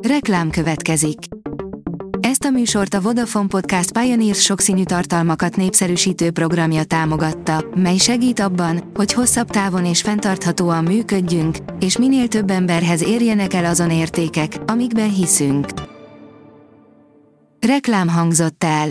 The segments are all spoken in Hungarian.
Reklám következik. Ezt a műsort a Vodafone Podcast Pioneers sokszínű tartalmakat népszerűsítő programja támogatta, mely segít abban, hogy hosszabb távon és fenntarthatóan működjünk, és minél több emberhez érjenek el azon értékek, amikben hiszünk. Reklám hangzott el.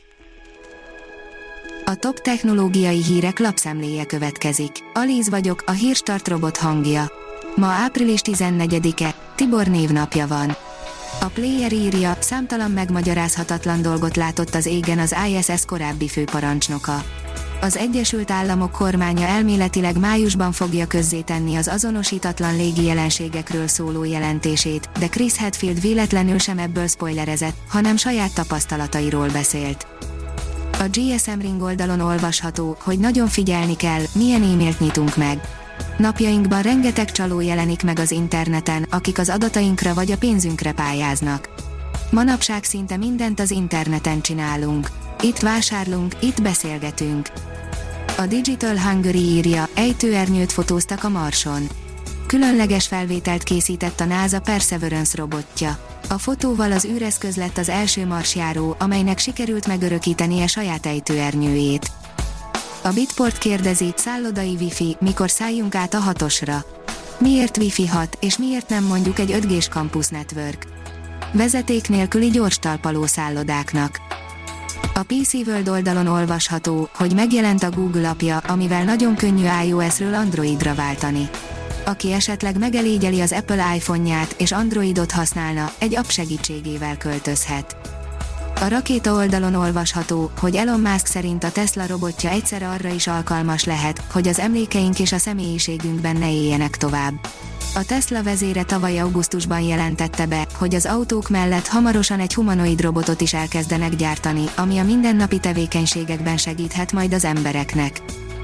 A top technológiai hírek lapszemléje következik. Alíz vagyok, a Hírstart robot hangja. Ma április 14-e, Tibor névnapja van. A Player írja, számtalan megmagyarázhatatlan dolgot látott az égen az ISS korábbi főparancsnoka. Az Egyesült Államok kormánya elméletileg májusban fogja közzétenni az azonosítatlan légi jelenségekről szóló jelentését, de Chris Hadfield véletlenül sem ebből spoilerezett, hanem saját tapasztalatairól beszélt. A GSM Ring oldalon olvasható, hogy nagyon figyelni kell, milyen e-mailt nyitunk meg. Napjainkban rengeteg csaló jelenik meg az interneten, akik az adatainkra vagy a pénzünkre pályáznak. Manapság szinte mindent az interneten csinálunk. Itt vásárlunk, itt beszélgetünk. A Digital Hungary írja, ejtőernyőt fotóztak a Marson. Különleges felvételt készített a NASA Perseverance robotja. A fotóval az űreszköz lett az első marsjáró, amelynek sikerült megörökítenie saját ejtőernyőjét. A Bitport kérdezi, szállodai Wi-Fi, mikor szálljunk át a 6-osra. Miért Wi-Fi 6, és miért nem mondjuk egy 5G-s campus network? Vezeték nélküli gyors talpaló szállodáknak. A PC World oldalon olvasható, hogy megjelent a Google appja, amivel nagyon könnyű iOS-ről Androidra váltani. Aki esetleg megelégyeli az Apple iPhone-ját és Androidot használna, egy app segítségével költözhet. A Rakéta oldalon olvasható, hogy Elon Musk szerint a Tesla robotja egyszerre arra is alkalmas lehet, hogy az emlékeink és a személyiségünkben ne éljenek tovább. A Tesla vezére tavaly augusztusban jelentette be, hogy az autók mellett hamarosan egy humanoid robotot is elkezdenek gyártani, ami a mindennapi tevékenységekben segíthet majd az embereknek.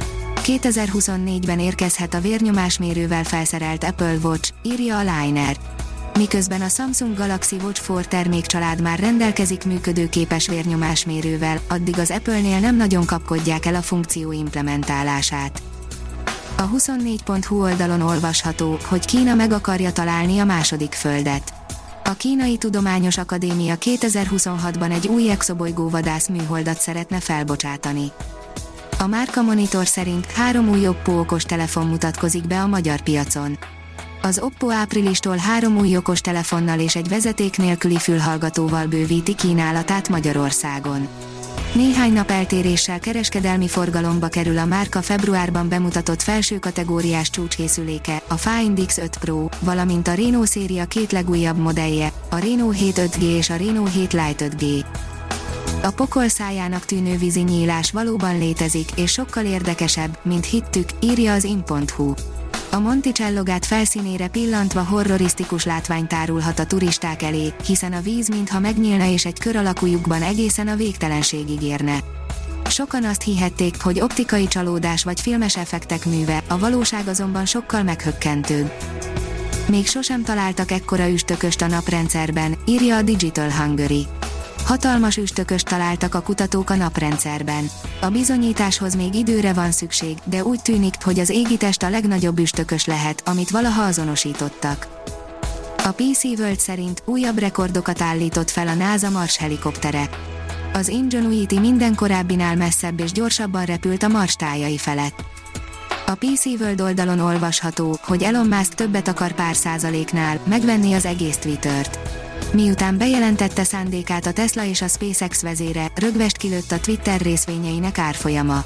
2024-ben érkezhet a vérnyomásmérővel felszerelt Apple Watch, írja a Liner. Miközben a Samsung Galaxy Watch 4 termékcsalád már rendelkezik működőképes vérnyomásmérővel, addig az Apple-nél nem nagyon kapkodják el a funkció implementálását. A 24.hu oldalon olvasható, hogy Kína meg akarja találni a második földet. A Kínai Tudományos Akadémia 2026-ban egy új exobolygóvadász műholdat szeretne felbocsátani. A Márka Monitor szerint 3 új Oppo okostelefon mutatkozik be a magyar piacon. Az Oppo áprilistól 3 új okostelefonnal és egy vezeték nélküli fülhallgatóval bővíti kínálatát Magyarországon. Néhány nap eltéréssel kereskedelmi forgalomba kerül a márka februárban bemutatott felső kategóriás csúcskészüléke, a Find X5 Pro, valamint a Reno széria 2 legújabb modellje, a Reno 7 5G és a Reno 7 Lite 5G. A pokol szájának tűnő vízinyílás valóban létezik, és sokkal érdekesebb, mint hittük, írja az in.hu. A Monticellogát felszínére pillantva horrorisztikus látvány tárulhat a turisták elé, hiszen a víz mintha megnyílna és egy kör alakú lyukban egészen a végtelenségig érne. Sokan azt hihették, hogy optikai csalódás vagy filmes effektek műve, a valóság azonban sokkal meghökkentőbb. Még sosem találtak ekkora üstököst a naprendszerben, írja a Digital Hungary. Hatalmas üstököst találtak a kutatók a naprendszerben. A bizonyításhoz még időre van szükség, de úgy tűnik, hogy az égitest a legnagyobb üstökös lehet, amit valaha azonosítottak. A PC World szerint újabb rekordokat állított fel a NASA Mars helikoptere. Az Ingenuity minden korábbinál messzebb és gyorsabban repült a Mars tájai felett. A PC World oldalon olvasható, hogy Elon Musk többet akar pár százaléknál, megvenni az egész Twittert. Miután bejelentette szándékát a Tesla és a SpaceX vezére, rögvest kilőtt a Twitter részvényeinek árfolyama.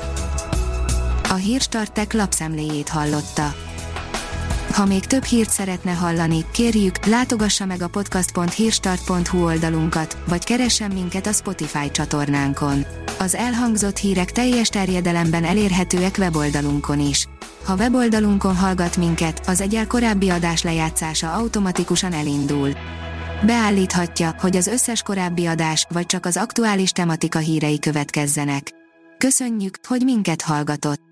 A Hírstart Tech lapszemléjét hallotta. Ha még több hírt szeretne hallani, kérjük, látogassa meg a podcast.hírstart.hu oldalunkat, vagy keressen minket a Spotify csatornánkon. Az elhangzott hírek teljes terjedelemben elérhetőek weboldalunkon is. Ha weboldalunkon hallgat minket, az egyel korábbi adás lejátszása automatikusan elindul. Beállíthatja, hogy az összes korábbi adás, vagy csak az aktuális tematika hírei következzenek. Köszönjük, hogy minket hallgatott!